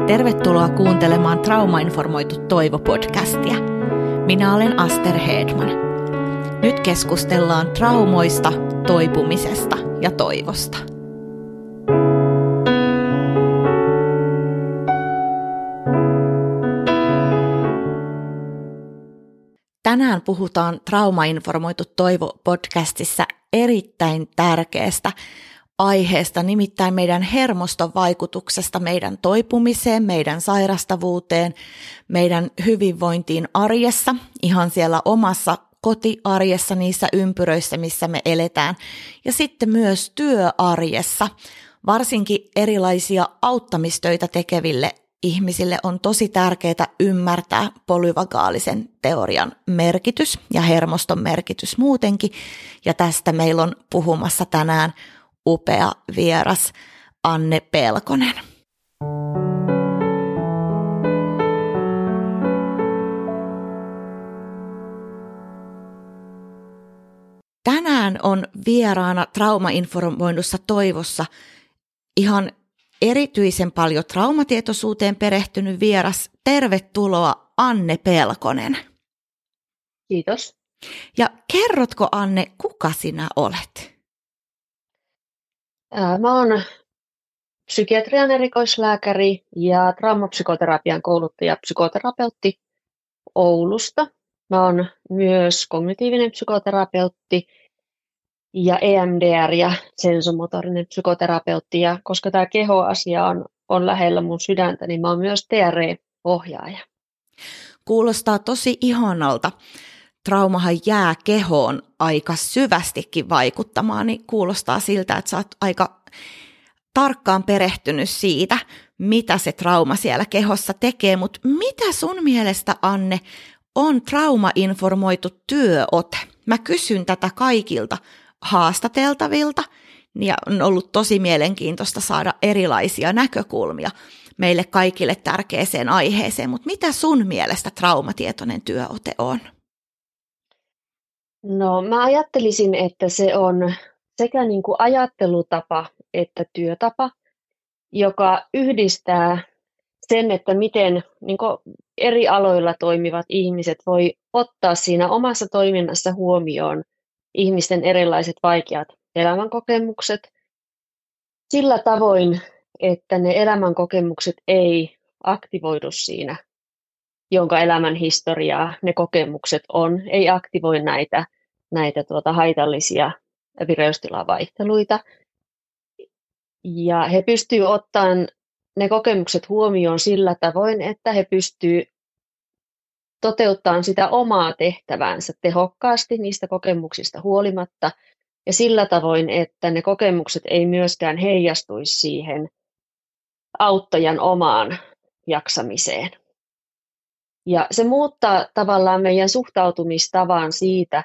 Tervetuloa kuuntelemaan Traumainformoitu Toivo-podcastia. Minä olen Aster Hedman. Nyt keskustellaan traumoista, toipumisesta ja toivosta. Tänään puhutaan Traumainformoitu Toivo-podcastissa erittäin tärkeästä aiheesta, nimittäin meidän hermoston vaikutuksesta meidän toipumiseen, meidän sairastavuuteen, meidän hyvinvointiin arjessa, ihan siellä omassa kotiarjessa, niissä ympyröissä, missä me eletään, ja sitten myös työarjessa. Varsinkin erilaisia auttamistöitä tekeville ihmisille on tosi tärkeää ymmärtää polyvagaalisen teorian merkitys ja hermoston merkitys muutenkin, ja tästä meillä on puhumassa tänään upea vieras Anne Pelkonen. Tänään on vieraana Traumainformoidussa Toivossa ihan erityisen paljon traumatietoisuuteen perehtynyt vieras. Tervetuloa Anne Pelkonen. Kiitos. Ja kerrotko Anne, kuka sinä olet? Mä oon psykiatrian erikoislääkäri ja traumapsykoterapian kouluttaja psykoterapeutti Oulusta. Mä oon myös kognitiivinen psykoterapeutti ja EMDR ja sensomotorinen psykoterapeutti. Ja koska tämä kehoasia on lähellä mun sydäntä, niin mä oon myös TRE-ohjaaja. Kuulostaa tosi ihanalta. Traumahan jää kehoon aika syvästikin vaikuttamaan, niin kuulostaa siltä, että sä oot aika tarkkaan perehtynyt siitä, mitä se trauma siellä kehossa tekee, mutta mitä sun mielestä, Anne, on traumainformoitu työote? Mä kysyn tätä kaikilta haastateltavilta, ja on ollut tosi mielenkiintoista saada erilaisia näkökulmia meille kaikille tärkeäseen aiheeseen, mutta mitä sun mielestä traumatietoinen työote on? No, mä ajattelisin, että se on sekä niin kuin ajattelutapa että työtapa, joka yhdistää sen, että miten niin kuin eri aloilla toimivat ihmiset voi ottaa siinä omassa toiminnassa huomioon ihmisten erilaiset vaikeat elämänkokemukset sillä tavoin, että ne elämänkokemukset ei aktivoidu siinä, jonka elämän historiaa ne kokemukset on, ei aktivoi näitä haitallisia vireystilavaihteluita. Ja he pystyvät ottamaan ne kokemukset huomioon sillä tavoin, että he pystyvät toteuttamaan sitä omaa tehtäväänsä tehokkaasti niistä kokemuksista huolimatta, ja sillä tavoin, että ne kokemukset ei myöskään heijastuisi siihen auttajan omaan jaksamiseen. Ja se muuttaa tavallaan meidän suhtautumistavan siitä,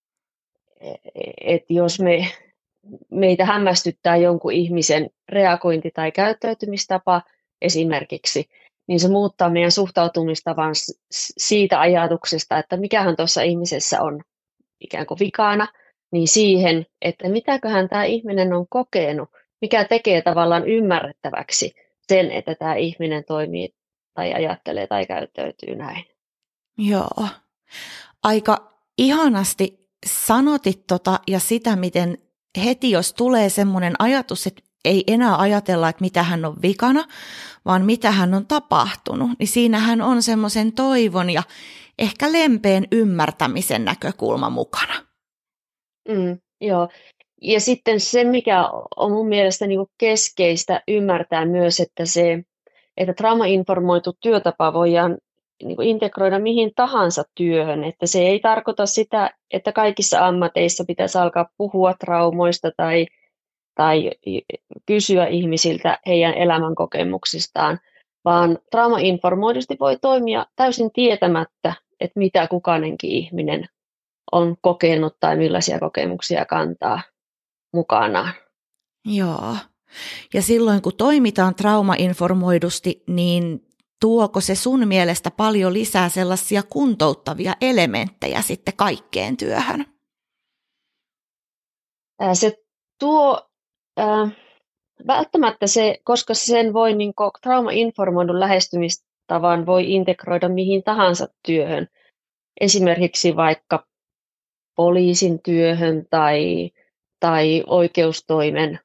että jos meitä hämmästyttää jonkun ihmisen reagointi- tai käyttäytymistapa esimerkiksi, niin se muuttaa meidän suhtautumistavan siitä ajatuksesta, että mikähän tuossa ihmisessä on ikään kuin vikana, niin siihen, että mitäköhän tämä ihminen on kokenut, mikä tekee tavallaan ymmärrettäväksi sen, että tämä ihminen toimii tai ajattelee tai käyttäytyy näin. Joo, aika ihanasti sanotit ja sitä, miten heti jos tulee semmoinen ajatus, että ei enää ajatella, että mitä hän on vikana, vaan mitä hän on tapahtunut, niin siinähän on semmoisen toivon ja ehkä lempeän ymmärtämisen näkökulma mukana. Joo, ja sitten se, mikä on mun mielestä niin kuin keskeistä ymmärtää myös, että traumainformoitu työtapa voidaan niin kuin integroida mihin tahansa työhön, että se ei tarkoita sitä, että kaikissa ammateissa pitäisi alkaa puhua traumoista tai kysyä ihmisiltä heidän elämänkokemuksistaan, vaan traumainformoidusti voi toimia täysin tietämättä, että mitä kukainenkin ihminen on kokenut tai millaisia kokemuksia kantaa mukanaan. Joo, ja silloin kun toimitaan traumainformoidusti, niin tuoko se sun mielestä paljon lisää sellaisia kuntouttavia elementtejä sitten kaikkeen työhön? Se tuo välttämättä se, koska sen voi niin trauma-informoidun lähestymistavan voi integroida mihin tahansa työhön, esimerkiksi vaikka poliisin työhön tai oikeustoimen,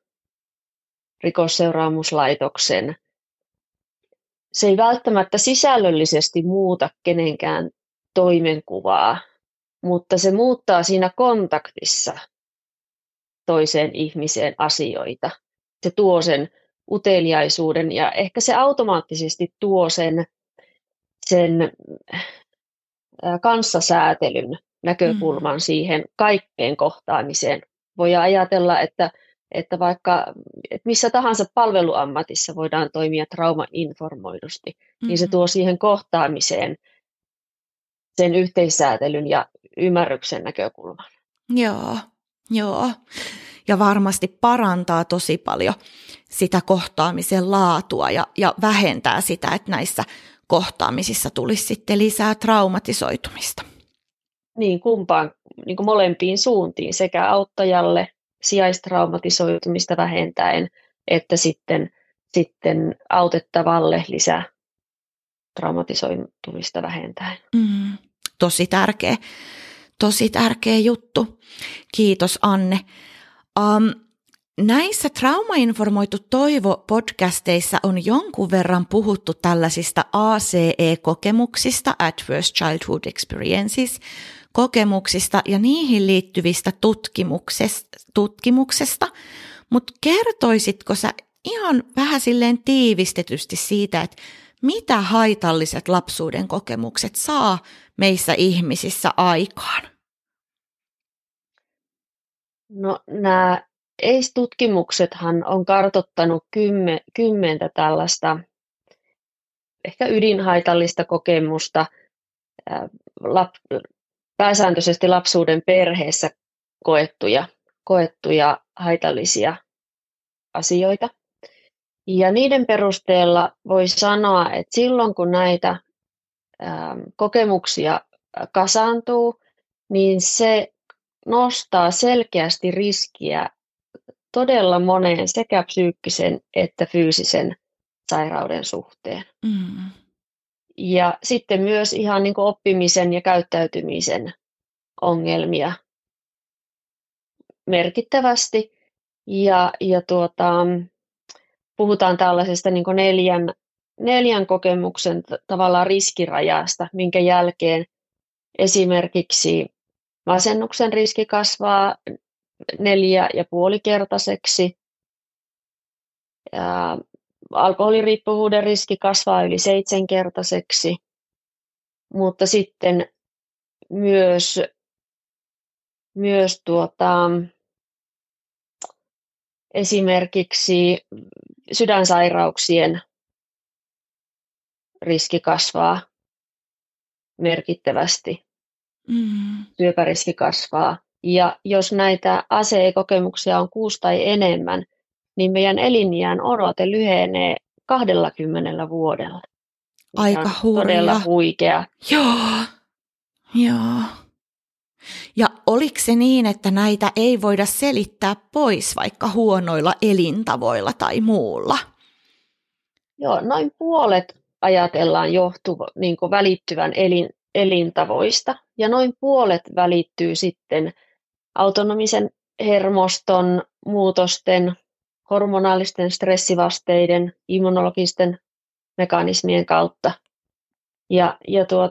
rikosseuraamuslaitoksen. Se ei välttämättä sisällöllisesti muuta kenenkään toimenkuvaa, mutta se muuttaa siinä kontaktissa toiseen ihmiseen asioita. Se tuo sen uteliaisuuden ja ehkä se automaattisesti tuo sen kanssasäätelyn näkökulman siihen kaikkeen kohtaamiseen. Voi ajatella, että vaikka että missä tahansa palveluammatissa voidaan toimia traumainformoidusti, niin se tuo siihen kohtaamiseen sen yhteissäätelyn ja ymmärryksen näkökulman. Joo. Ja varmasti parantaa tosi paljon sitä kohtaamisen laatua ja vähentää sitä, että näissä kohtaamisissa tulisi sitten lisää traumatisoitumista. Niin kumpaan, niin kuin molempiin suuntiin, sekä auttajalle sijaistraumatisoitumista vähentäen, että sitten autettavalle lisää traumatisoitumista vähentäen. Tosi tärkeä juttu. Kiitos Anne. Näissä Traumainformoitu Toivo-podcasteissa on jonkun verran puhuttu tällaisista ACE-kokemuksista, Adverse Childhood Experiences, kokemuksista ja niihin liittyvistä tutkimuksesta, mutta kertoisitko sä ihan vähän silleen tiivistetysti siitä, että mitä haitalliset lapsuuden kokemukset saa meissä ihmisissä aikaan? No nämä ACE-tutkimuksethan on kartoittanut 10 tällaista ehkä ydinhaitallista kokemusta pääsääntöisesti lapsuuden perheessä koettuja haitallisia asioita. Ja niiden perusteella voi sanoa, että silloin kun näitä kokemuksia kasaantuu, niin se nostaa selkeästi riskiä todella moneen sekä psyykkisen että fyysisen sairauden suhteen. Ja sitten myös ihan niin kuin oppimisen ja käyttäytymisen ongelmia merkittävästi. Ja puhutaan tällaisesta niin kuin neljän kokemuksen tavallaan riskirajasta, minkä jälkeen esimerkiksi masennuksen riski kasvaa 4,5-kertaiseksi. Alkoholiriippuvuuden riski kasvaa yli 7-kertaiseksi, mutta sitten myös esimerkiksi sydänsairauksien riski kasvaa merkittävästi. Syöpäriski kasvaa. Ja jos näitä ACE-kokemuksia on 6 tai enemmän, niin meidän eliniän odote lyhenee 20 vuodella. Aika hurja. Todella huikea. Joo. Ja oliko se niin, että näitä ei voida selittää pois vaikka huonoilla elintavoilla tai muulla? Joo, noin puolet ajatellaan niin kuin välittyvän elintavoista. Ja noin puolet välittyy sitten autonomisen hermoston muutosten, hormonaalisten stressivasteiden, immunologisten mekanismien kautta. Ja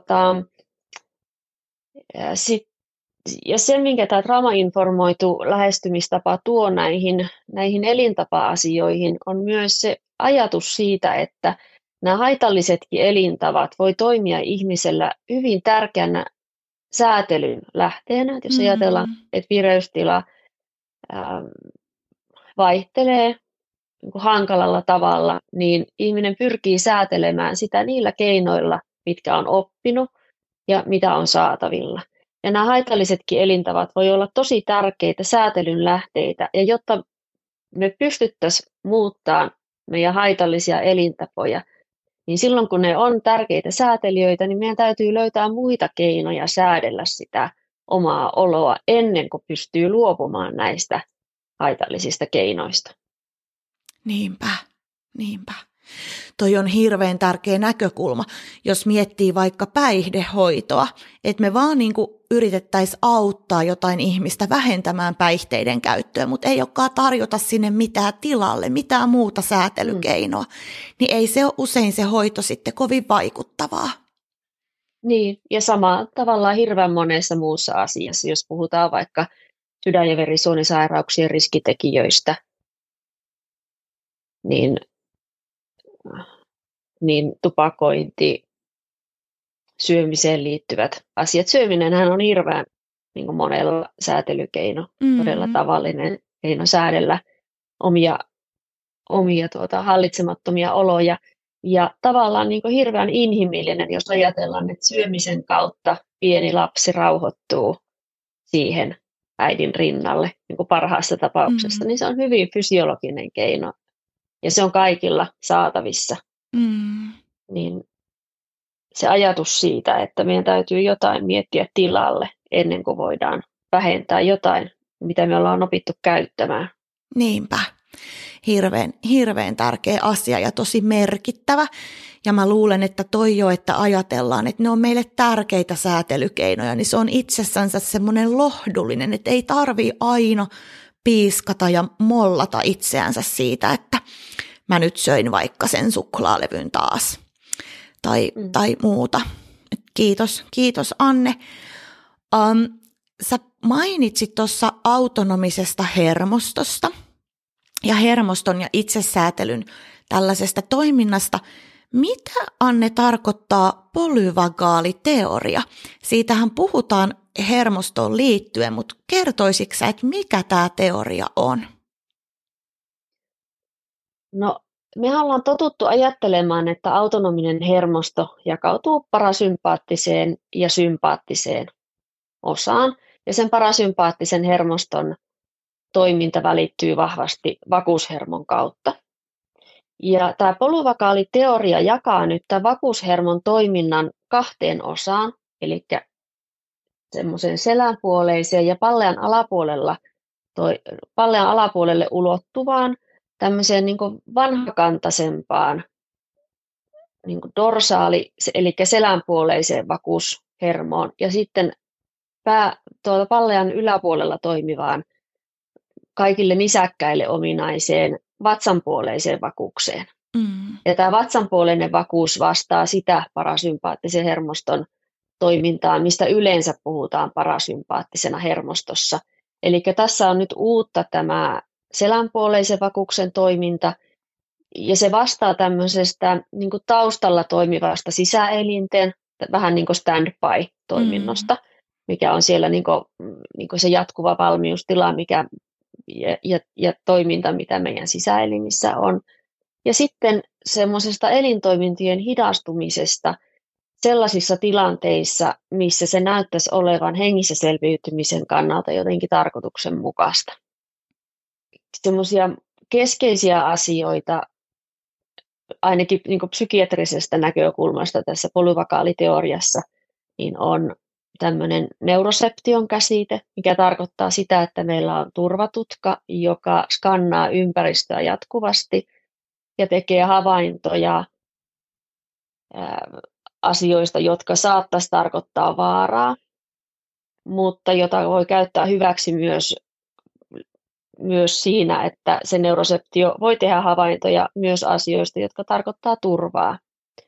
se, minkä tämä traumainformoitu lähestymistapa tuo näihin elintapa-asioihin, on myös se ajatus siitä, että nämä haitallisetkin elintavat voi toimia ihmisellä hyvin tärkeänä säätelyn lähteenä. Jos ajatellaan, että vireystila vaihtelee niin kuin hankalalla tavalla, niin ihminen pyrkii säätelemään sitä niillä keinoilla, mitkä on oppinut ja mitä on saatavilla. Ja nämä haitallisetkin elintavat voi olla tosi tärkeitä säätelyn lähteitä, ja jotta me pystyttäisiin muuttamaan meidän haitallisia elintapoja, niin silloin kun ne on tärkeitä säätelijöitä, niin meidän täytyy löytää muita keinoja säädellä sitä omaa oloa ennen kuin pystyy luopumaan näistä haitallisista keinoista. Niinpä, niinpä. Toi on hirveän tärkeä näkökulma, jos miettii vaikka päihdehoitoa, että me vaan niin kuin yritettäisiin auttaa jotain ihmistä vähentämään päihteiden käyttöä, mutta ei olekaan tarjota sinne mitään tilalle, mitään muuta säätelykeinoa, niin ei se ole usein se hoito sitten kovin vaikuttavaa. Niin, ja sama tavallaan hirveän monessa muussa asiassa, jos puhutaan vaikka sydän- ja verisuonisairauksien riskitekijöistä, niin tupakointi, syömiseen liittyvät asiat. Syöminenhän on hirveän niin kuin monella säätelykeino, todella tavallinen keino säädellä omia hallitsemattomia oloja. Ja tavallaan niin kuin hirveän inhimillinen, jos ajatellaan, että syömisen kautta pieni lapsi rauhoittuu siihen äidin rinnalle niin kuin parhaassa tapauksessa, niin se on hyvin fysiologinen keino. Ja se on kaikilla saatavissa. Niin se ajatus siitä, että meidän täytyy jotain miettiä tilalle ennen kuin voidaan vähentää jotain, mitä me ollaan opittu käyttämään. Niinpä. Hirveän tärkeä asia ja tosi merkittävä. Ja mä luulen, että toi jo, että ajatellaan, että ne on meille tärkeitä säätelykeinoja, niin se on itsessänsä semmoinen lohdullinen, että ei tarvii aina piiskata ja mollata itseänsä siitä, että mä nyt söin vaikka sen suklaalevyn taas tai muuta. Kiitos Anne. Sä mainitsit tuossa autonomisesta hermostosta ja hermoston ja itsesäätelyn tällaisesta toiminnasta. Mitä, Anne, tarkoittaa polyvagaaliteoria? Siitähän puhutaan hermostoon liittyen, mutta kertoisitko sä, että mikä tämä teoria on? No, me ollaan totuttu ajattelemaan, että autonominen hermosto jakautuu parasympaattiseen ja sympaattiseen osaan, ja sen parasympaattisen hermoston toiminta välittyy vahvasti vakuushermon kautta. Ja tämä polyvagaaliteoria jakaa nyt tämän vakuushermon toiminnan kahteen osaan, eli semmoisen selänpuoleiseen ja pallean alapuolelle ulottuvaan tämmöiseen niin kuin vanhakantaisempaan niin kuin dorsaali, eli selänpuoleiseen vakuushermoon, ja sitten pallean yläpuolella toimivaan kaikille nisäkkäille ominaiseen vatsanpuoleiseen vakuukseen. Ja tämä vatsanpuoleinen vakuus vastaa sitä parasympaattisen hermoston toimintaa, mistä yleensä puhutaan parasympaattisena hermostossa. Eli tässä on nyt uutta tämä selänpuoleisen vakuuksen toiminta, ja se vastaa tämmöisestä niin kuin taustalla toimivasta sisäelinten, vähän niin kuin standby-toiminnosta, mikä on siellä niin kuin se jatkuva valmiustila ja toiminta, mitä meidän sisäelimissä on. Ja sitten semmoisesta elintoimintojen hidastumisesta sellaisissa tilanteissa, missä se näyttäisi olevan hengissä selviytymisen kannalta jotenkin tarkoituksenmukaista. Semmoisia keskeisiä asioita, ainakin niin kuin psykiatrisestä näkökulmasta tässä polyvagaaliteoriassa, niin on tämmöinen neuroseption käsite, mikä tarkoittaa sitä, että meillä on turvatutka, joka skannaa ympäristöä jatkuvasti ja tekee havaintoja asioista, jotka saattaisi tarkoittaa vaaraa, mutta jota voi käyttää hyväksi myös siinä, että se neuroseptio voi tehdä havaintoja myös asioista, jotka tarkoittaa turvaa.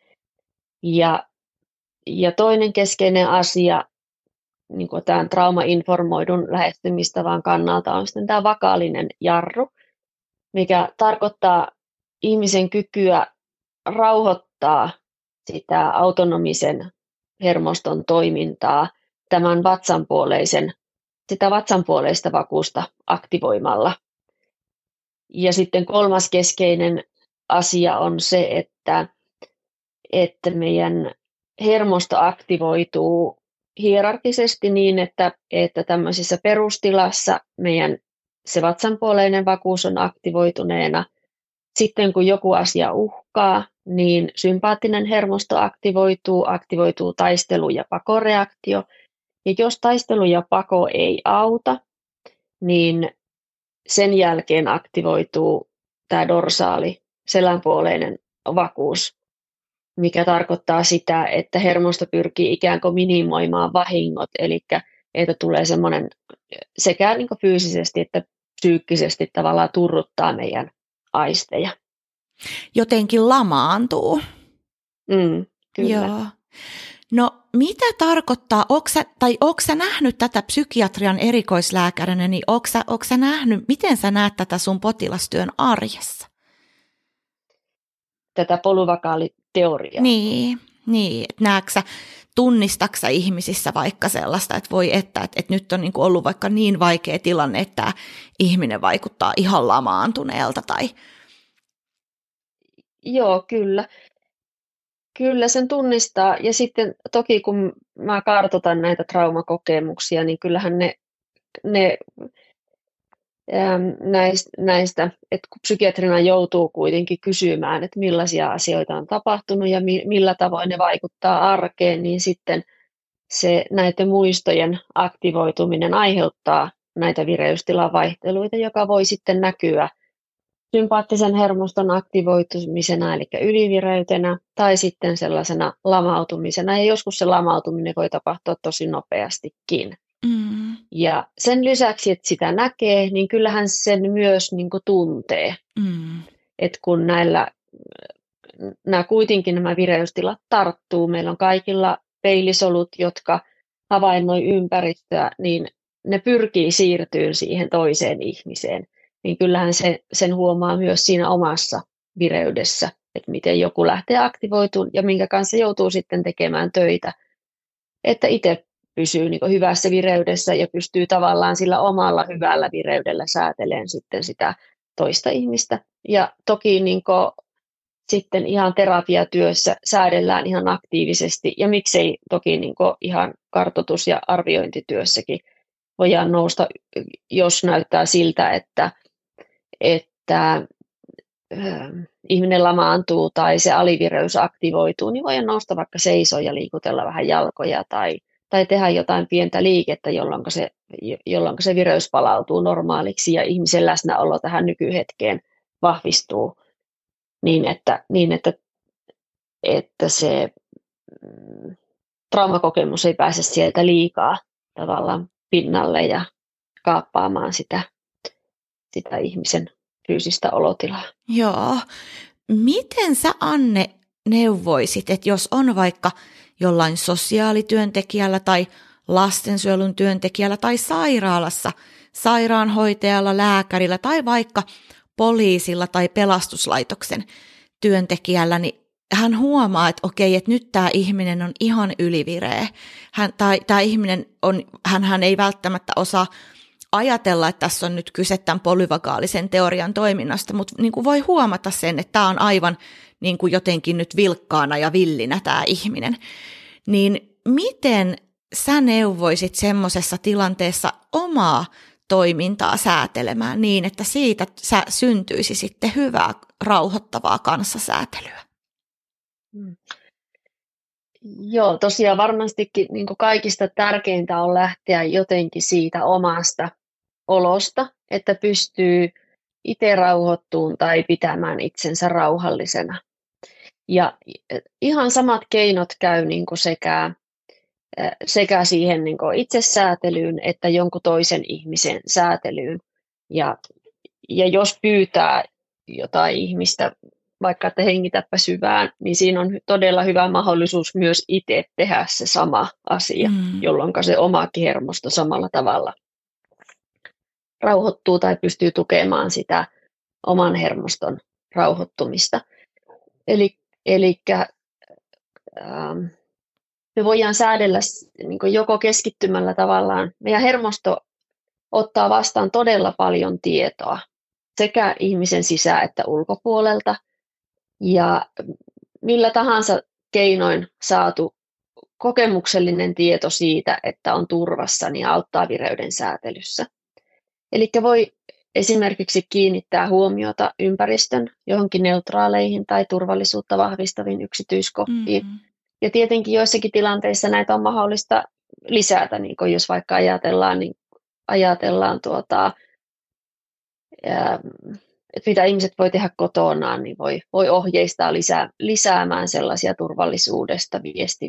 Ja toinen keskeinen asia niin kuin tämän traumainformoidun lähestymistavan kannalta on sitten tämä vakaalinen jarru, mikä tarkoittaa ihmisen kykyä rauhoittaa sitä autonomisen hermoston toimintaa tämän sitä vatsanpuoleista vakuusta aktivoimalla. Ja sitten 3. keskeinen asia on se, että meidän hermosto aktivoituu hierarkisesti niin, että tämmöisessä perustilassa se vatsanpuoleinen vakuus on aktivoituneena. Sitten kun joku asia uhkaa, niin sympaattinen hermosto aktivoituu taistelu- ja pakoreaktio. Ja jos taistelu ja pako ei auta, niin sen jälkeen aktivoituu tämä dorsaali, selänpuoleinen vakuus, mikä tarkoittaa sitä, että hermosto pyrkii ikään kuin minimoimaan vahingot, eli että tulee semmoinen sekä niin kuin fyysisesti että psyykkisesti tavallaan turruttaa meidän aisteja. Jotenkin lamaantuu. Kyllä. Joo. No mitä tarkoittaa, onko sä nähnyt tätä psykiatrian erikoislääkärinä, niin onko sä nähnyt, miten sä näet tätä sun potilastyön arjessa? Tätä polyvakaaliteoriaa. Niin, että tunnistaksä ihmisissä vaikka sellaista, että voi että nyt on niinku ollut vaikka niin vaikea tilanne, että tämä ihminen vaikuttaa ihan lamaantuneelta tai... Joo, kyllä. Kyllä sen tunnistaa, ja sitten toki kun mä kartoitan näitä traumakokemuksia, niin kyllähän ne näistä, että kun psykiatrina joutuu kuitenkin kysymään, että millaisia asioita on tapahtunut ja millä tavoin ne vaikuttaa arkeen, niin sitten se näiden muistojen aktivoituminen aiheuttaa näitä vireystilan vaihteluita, joka voi sitten näkyä sympaattisen hermoston aktivoitumisena, eli ylivireytenä, tai sitten sellaisena lamautumisena, ja joskus se lamautuminen voi tapahtua tosi nopeastikin. Ja sen lisäksi, että sitä näkee, niin kyllähän sen myös niin kuin tuntee. Että kun nämä vireystilat tarttuu, meillä on kaikilla peilisolut, jotka havainnoi ympäristöä, niin ne pyrkii siirtyyn siihen toiseen ihmiseen. Niin kyllähän sen huomaa myös siinä omassa vireydessä, että miten joku lähtee aktivoitumaan ja minkä kanssa joutuu sitten tekemään töitä, että itse pysyy niin kuin hyvässä vireydessä ja pystyy tavallaan sillä omalla hyvällä vireydellä säätelemään sitten sitä toista ihmistä. Ja toki niin kuin sitten ihan terapiatyössä säädellään ihan aktiivisesti ja miksei toki niin kuin ihan kartoitus- ja arviointityössäkin voidaan nousta, jos näyttää siltä, että ihminen lamaantuu tai se alivireys aktivoituu, niin voidaan nousta vaikka seisoa ja liikutella vähän jalkoja tai tehdä jotain pientä liikettä, jolloin se vireys palautuu normaaliksi ja ihmisen läsnäolo tähän nykyhetkeen vahvistuu niin, että se traumakokemus ei pääse sieltä liikaa tavallaan pinnalle ja kaappaamaan sitä ihmisen fyysistä olotilaa. Joo. Miten sä, Anne, neuvoisit, että jos on vaikka jollain sosiaalityöntekijällä tai lastensuojelun työntekijällä tai sairaalassa, sairaanhoitajalla, lääkärillä tai vaikka poliisilla tai pelastuslaitoksen työntekijällä, niin hän huomaa, että okei, että nyt tämä ihminen on ihan ylivireä. Tämä ihminen hän ei välttämättä osaa ajatella, että tässä on nyt kyse tämän polyvagaalisen teorian toiminnasta, mutta niin kuin voi huomata sen, että tämä on aivan niin kuin jotenkin nyt vilkkaana ja villinä tämä ihminen. Niin miten sä neuvoisit semmoisessa tilanteessa omaa toimintaa säätelemään niin, että siitä syntyisi sitten hyvää, rauhoittavaa kanssasäätelyä? Joo, tosiaan varmastikin niin kuin kaikista tärkeintä on lähteä jotenkin siitä omasta olosta, että pystyy itse rauhoittumaan tai pitämään itsensä rauhallisena. Ja ihan samat keinot käy niin kuin sekä siihen niin kuin itsesäätelyyn että jonkun toisen ihmisen säätelyyn. Ja jos pyytää jotain ihmistä, vaikka että hengitäpä syvään, niin siinä on todella hyvä mahdollisuus myös itse tehdä se sama asia, jolloin se omakin hermosto samalla tavalla rauhoittuu tai pystyy tukemaan sitä oman hermoston rauhoittumista. Eli me voidaan säädellä niin joko keskittymällä tavallaan. Meidän hermosto ottaa vastaan todella paljon tietoa sekä ihmisen sisä- että ulkopuolelta. Ja millä tahansa keinoin saatu kokemuksellinen tieto siitä, että on turvassa, niin auttaa vireyden säätelyssä. Eli voi esimerkiksi kiinnittää huomiota ympäristön johonkin neutraaleihin tai turvallisuutta vahvistaviin yksityiskohtiin. Ja tietenkin joissakin tilanteissa näitä on mahdollista lisätä, niin kuin jos vaikka ajatellaan että mitä ihmiset voi tehdä kotonaan, niin voi ohjeistaa lisäämään sellaisia turvallisuudesta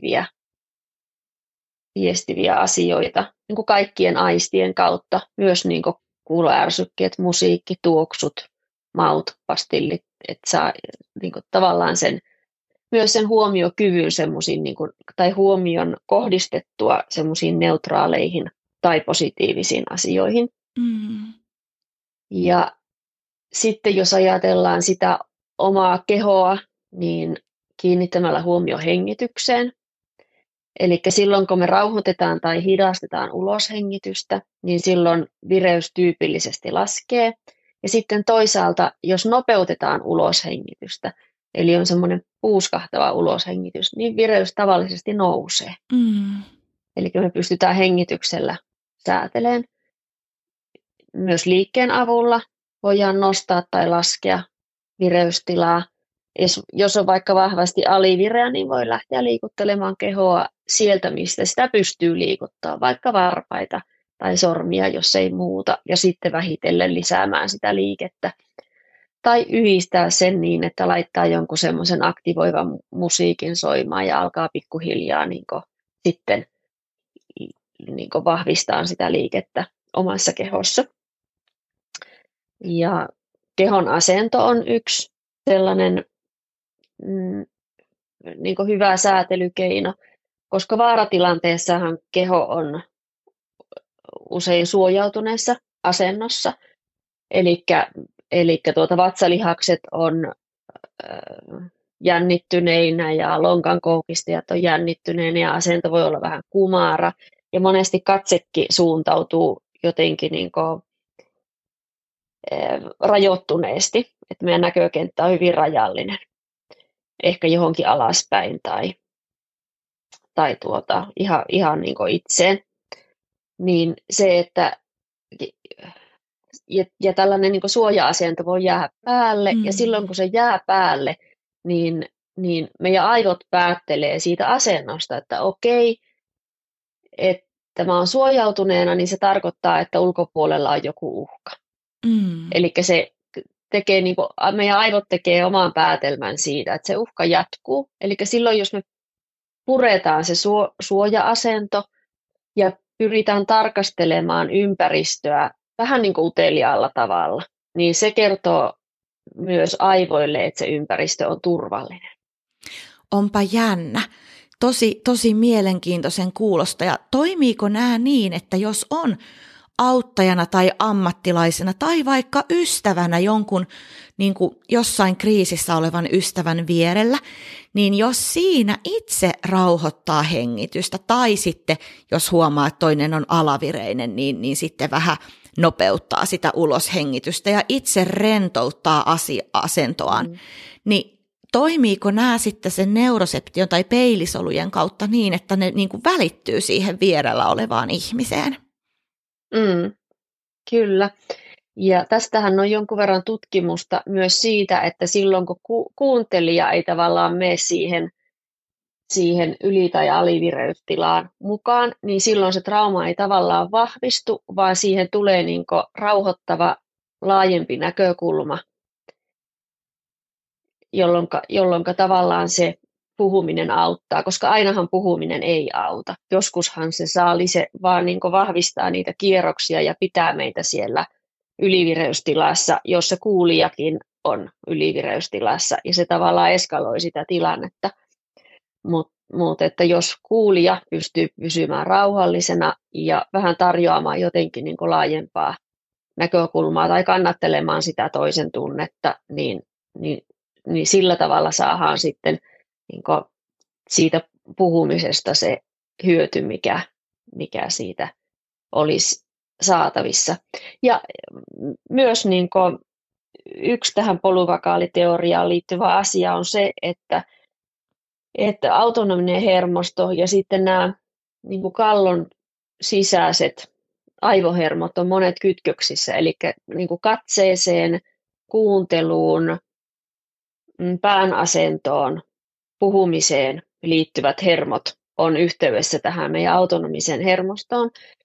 viestiviä asioita niin kuin kaikkien aistien kautta, myös niin kuin kuuloärsykkeet, musiikki, tuoksut, maut, pastillit, että saa niin kuin tavallaan myös sen huomiokyvyn niin kuin, tai huomion kohdistettua semmoisiin neutraaleihin tai positiivisiin asioihin. Mm. Ja sitten jos ajatellaan sitä omaa kehoa, niin kiinnittämällä huomio hengitykseen. Eli silloin kun me rauhoitetaan tai hidastetaan uloshengitystä, niin silloin vireys tyypillisesti laskee. Ja sitten toisaalta, jos nopeutetaan uloshengitystä, eli on semmoinen puuskahtava uloshengitys, niin vireys tavallisesti nousee. Mm. Eli me pystytään hengityksellä säätelemään. Myös liikkeen avulla voidaan nostaa tai laskea vireystilaa. Jos on vaikka vahvasti alivireä, niin voi lähteä liikuttelemaan kehoa sieltä, mistä sitä pystyy liikuttamaan, vaikka varpaita tai sormia, jos ei muuta, ja sitten vähitellen lisäämään sitä liikettä. Tai yhdistää sen niin, että laittaa jonkun semmoisen aktivoivan musiikin soimaan ja alkaa pikkuhiljaa sitten vahvistaa sitä liikettä omassa kehossa. Ja kehon asento on yksi sellainen hyvä säätelykeino, koska vaaratilanteessahan keho on usein suojautuneessa asennossa, eli vatsalihakset on jännittyneinä ja lonkankoukistajat on jännittyneinä ja asento voi olla vähän kumara ja monesti katsekin suuntautuu jotenkin rajoittuneesti, että meidän näkökenttä on hyvin rajallinen, ehkä johonkin alaspäin tai ihan itseen, niin se, että ja tällainen suoja-asento voi jäädä päälle, ja silloin kun se jää päälle, niin meidän aivot päättelee siitä asennosta, että okei, että mä oon suojautuneena, niin se tarkoittaa, että ulkopuolella on joku uhka. Eli se tekee, meidän aivot tekee oman päätelmän siitä, että se uhka jatkuu. Eli silloin, jos me puretaan se suoja-asento ja pyritään tarkastelemaan ympäristöä vähän niin kuin uteliaalla tavalla, niin se kertoo myös aivoille, että se ympäristö on turvallinen. Onpa jännä. Tosi mielenkiintoisen kuulosta. Ja toimiiko nämä niin, että jos on auttajana tai ammattilaisena tai vaikka ystävänä jonkun niin kuin jossain kriisissä olevan ystävän vierellä, niin jos siinä itse rauhoittaa hengitystä tai sitten jos huomaa, että toinen on alavireinen, niin sitten vähän nopeuttaa sitä uloshengitystä ja itse rentouttaa asentoaan, niin toimiiko nämä sitten sen neuroseption tai peilisolujen kautta niin, että ne niin kuin välittyy siihen vierellä olevaan ihmiseen? Kyllä. Ja tästähän on jonkun verran tutkimusta myös siitä, että silloin kun kuuntelija ei tavallaan mene siihen yli- tai alivireystilaan mukaan, niin silloin se trauma ei tavallaan vahvistu, vaan siihen tulee rauhoittava laajempi näkökulma, jolloin tavallaan se puhuminen auttaa, koska ainahan puhuminen ei auta. Joskushan se saa vaan vahvistaa niitä kierroksia ja pitää meitä siellä ylivireystilassa, jossa kuulijakin on ylivireystilassa, ja se tavallaan eskaloi sitä tilannetta. Mutta että jos kuulija pystyy pysymään rauhallisena ja vähän tarjoamaan jotenkin laajempaa näkökulmaa tai kannattelemaan sitä toisen tunnetta, niin sillä tavalla saadaan sitten siitä puhumisesta se hyöty, mikä siitä olisi saatavissa. Ja myös yksi tähän polyvakaaliteoriaan liittyvä asia on se, että autonominen hermosto ja sitten nämä kallon sisäiset aivohermot on monet kytköksissä, eli katseeseen, kuunteluun, pään asentoon, puhumiseen liittyvät hermot on yhteydessä tähän meidän autonomiseen hermostoon.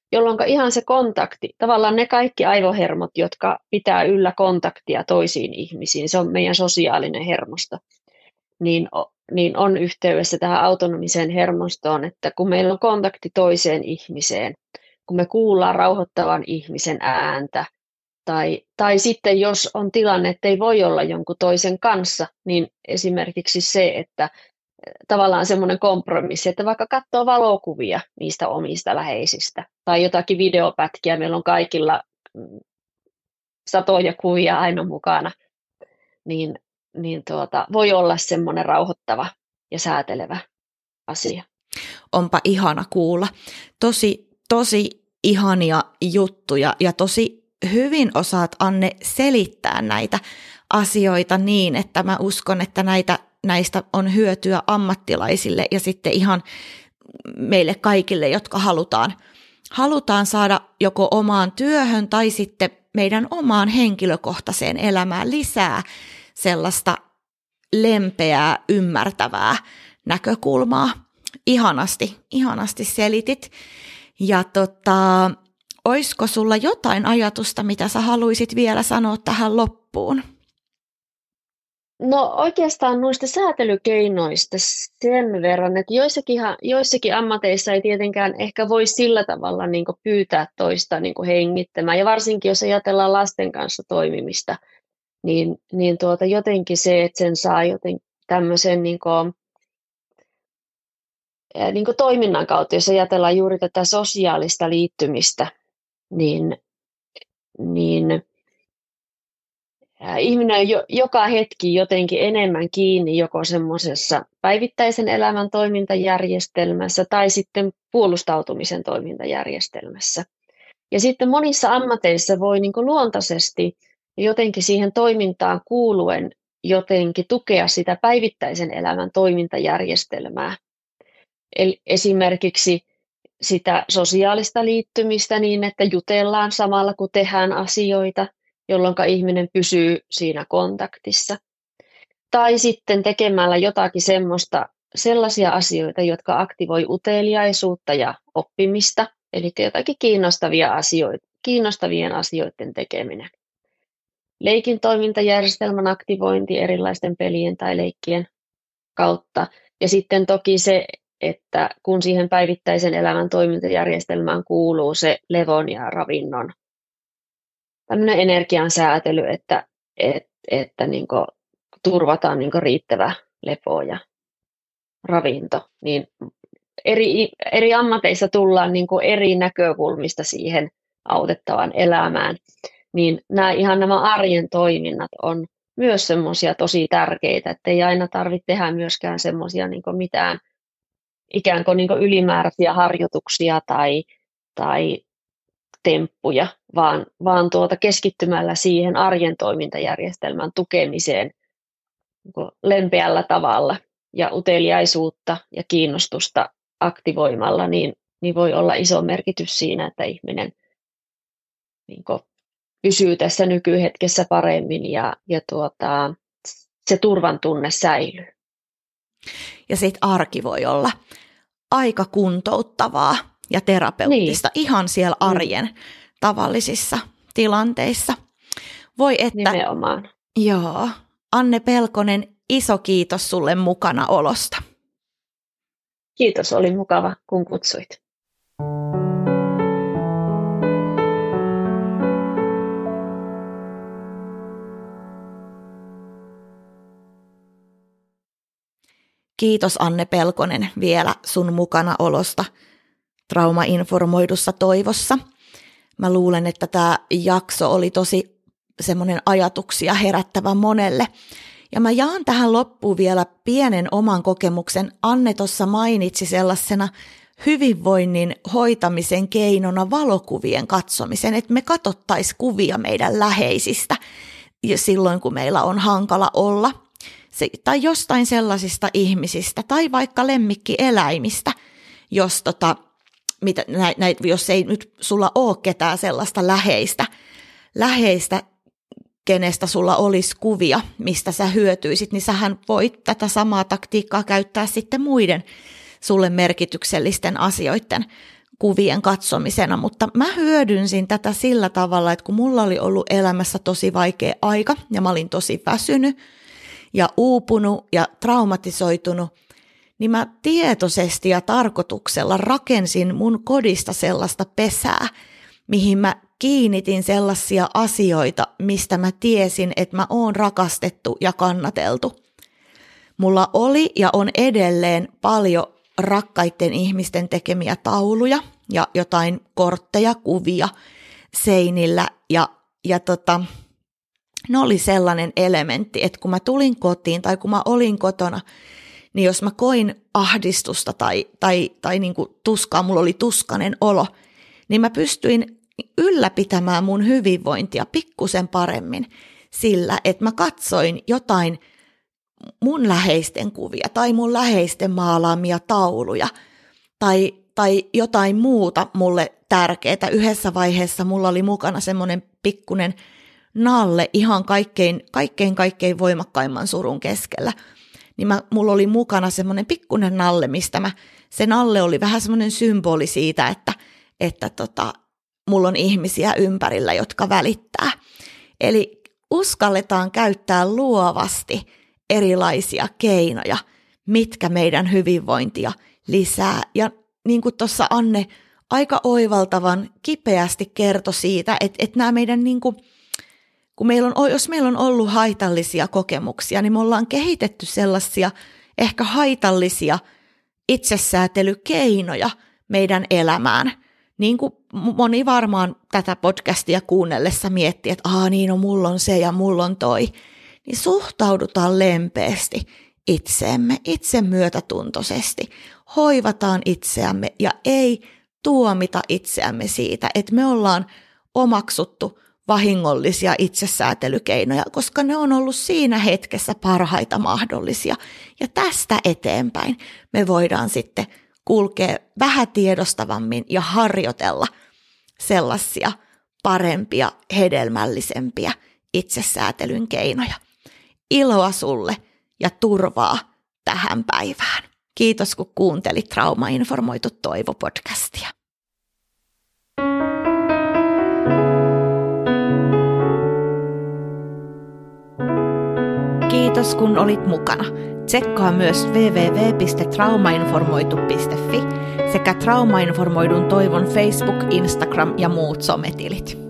jolloin ihan se kontakti, tavallaan ne kaikki aivohermot, jotka pitää yllä kontaktia toisiin ihmisiin, se on meidän sosiaalinen hermosto, niin on yhteydessä tähän autonomiseen hermostoon, että kun meillä on kontakti toiseen ihmiseen, kun me kuullaan rauhoittavan ihmisen ääntä, tai sitten jos on tilanne, että ei voi olla jonkun toisen kanssa, niin esimerkiksi se, että tavallaan semmoinen kompromissi, että vaikka katsoo valokuvia niistä omista läheisistä tai jotakin videopätkiä, meillä on kaikilla satoja kuvia aina mukana, niin voi olla semmoinen rauhoittava ja säätelevä asia. Onpa ihana kuulla. Tosi ihania juttuja ja tosi hyvin osaat, Anne, selittää näitä asioita niin, että mä uskon, että näistä on hyötyä ammattilaisille ja sitten ihan meille kaikille, jotka halutaan saada joko omaan työhön tai sitten meidän omaan henkilökohtaiseen elämään lisää sellaista lempeää, ymmärtävää näkökulmaa. Ihanasti selitit. Ja olisiko sulla jotain ajatusta, mitä sä haluaisit vielä sanoa tähän loppuun? No oikeastaan noista säätelykeinoista sen verran, että joissakin ammateissa ei tietenkään ehkä voi sillä tavalla niin kuin pyytää toista niin kuin hengittämään. Ja varsinkin jos ajatellaan lasten kanssa toimimista, niin jotenkin se, että sen saa tämmöisen niin kuin toiminnan kautta, jos ajatellaan juuri tätä sosiaalista liittymistä, niin ihminen on joka hetki jotenkin enemmän kiinni joko semmoisessa päivittäisen elämän toimintajärjestelmässä tai sitten puolustautumisen toimintajärjestelmässä. Ja sitten monissa ammateissa voi niin kuin luontaisesti jotenkin siihen toimintaan kuuluen jotenkin tukea sitä päivittäisen elämän toimintajärjestelmää. Eli esimerkiksi sitä sosiaalista liittymistä niin, että jutellaan samalla kun tehdään asioita, jolloin ihminen pysyy siinä kontaktissa. Tai sitten tekemällä jotakin sellaisia asioita, jotka aktivoi uteliaisuutta ja oppimista, eli jotakin kiinnostavien asioiden tekeminen. Leikin toimintajärjestelmän aktivointi erilaisten pelien tai leikkien kautta. Ja sitten toki se, että kun siihen päivittäisen elämän toimintajärjestelmään kuuluu se levon ja ravinnon tämmöinen energian säätely, että niin kuin turvataan niin kuin riittävä lepo ja ravinto, niin eri ammateissa tullaan niin kuin eri näkökulmista siihen autettavan elämään, niin nämä arjen toiminnat on myös semmoisia tosi tärkeitä, että ei aina tarvitse tehdä myöskään semmoisia niin kuin mitään ikään kuin ylimääräisiä harjoituksia tai temppuja, vaan keskittymällä siihen arjen toimintajärjestelmän tukemiseen lempeällä tavalla ja uteliaisuutta ja kiinnostusta aktivoimalla, niin voi olla iso merkitys siinä, että ihminen pysyy tässä nykyhetkessä paremmin ja se turvan tunne säilyy. Ja sitten arki voi olla aika kuntouttavaa ja terapeuttista ihan siellä arjen tavallisissa tilanteissa. Voi että, nimenomaan. Joo. Anne Pelkonen, iso kiitos sulle mukana olosta. Kiitos, oli mukava kun kutsuit. Kiitos Anne Pelkonen vielä sun mukana olosta Traumainformoidussa toivossa. Mä luulen, että tämä jakso oli tosi semmoinen ajatuksia herättävä monelle. Ja mä jaan tähän loppuun vielä pienen oman kokemuksen. Anne tuossa mainitsi sellaisena hyvinvoinnin hoitamisen keinona valokuvien katsomisen, että me katsottaisiin kuvia meidän läheisistä silloin, kun meillä on hankala olla. Tai jostain sellaisista ihmisistä tai vaikka lemmikkieläimistä, jos ei nyt sulla ole ketään sellaista läheistä, kenestä sulla olisi kuvia, mistä sä hyötyisit, niin sähän voit tätä samaa taktiikkaa käyttää sitten muiden sulle merkityksellisten asioiden kuvien katsomisena, mutta mä hyödynsin tätä sillä tavalla, että kun mulla oli ollut elämässä tosi vaikea aika ja mä olin tosi väsynyt ja uupunut ja traumatisoitunut, niin mä tietoisesti ja tarkoituksella rakensin mun kodista sellaista pesää, mihin mä kiinnitin sellaisia asioita, mistä mä tiesin, että mä oon rakastettu ja kannateltu. Mulla oli ja on edelleen paljon rakkaiden ihmisten tekemiä tauluja ja jotain kortteja, kuvia seinillä ja ne oli sellainen elementti, että kun mä tulin kotiin tai kun mä olin kotona, niin jos mä koin ahdistusta tai niin kuin tuskaa, mulla oli tuskainen olo, niin mä pystyin ylläpitämään mun hyvinvointia pikkusen paremmin sillä, että mä katsoin jotain mun läheisten kuvia tai mun läheisten maalaamia tauluja tai jotain muuta mulle tärkeää. Yhdessä vaiheessa mulla oli mukana semmoinen pikkunen nalle ihan kaikkein voimakkaimman surun keskellä. Niin mulla oli mukana semmoinen pikkunen nalle, se nalle oli vähän semmoinen symboli siitä, että mulla on ihmisiä ympärillä, jotka välittää. Eli uskalletaan käyttää luovasti erilaisia keinoja, mitkä meidän hyvinvointia lisää. Ja niin kuin tuossa Anne aika oivaltavan kipeästi kertoi siitä, että nämä meidän, niin kuin, jos meillä on ollut haitallisia kokemuksia, niin me ollaan kehitetty sellaisia ehkä haitallisia itsesäätelykeinoja meidän elämään. Niin kuin moni varmaan tätä podcastia kuunnellessa miettii, että mulla on se ja mulla on toi. Niin suhtaudutaan lempeästi itseemme, itsemyötätuntoisesti, hoivataan itseämme ja ei tuomita itseämme siitä, että me ollaan omaksuttu vahingollisia itsesäätelykeinoja, koska ne on ollut siinä hetkessä parhaita mahdollisia. Ja tästä eteenpäin me voidaan sitten kulkea vähän tiedostavammin ja harjoitella sellaisia parempia, hedelmällisempiä itsesäätelyn keinoja. Iloa sulle ja turvaa tähän päivään. Kiitos kun kuuntelit Traumainformoitu Toivo-podcastia. Kiitos kun olit mukana. Tsekkaa myös www.traumainformoitu.fi sekä Traumainformoidun Toivon Facebook, Instagram ja muut sometilit.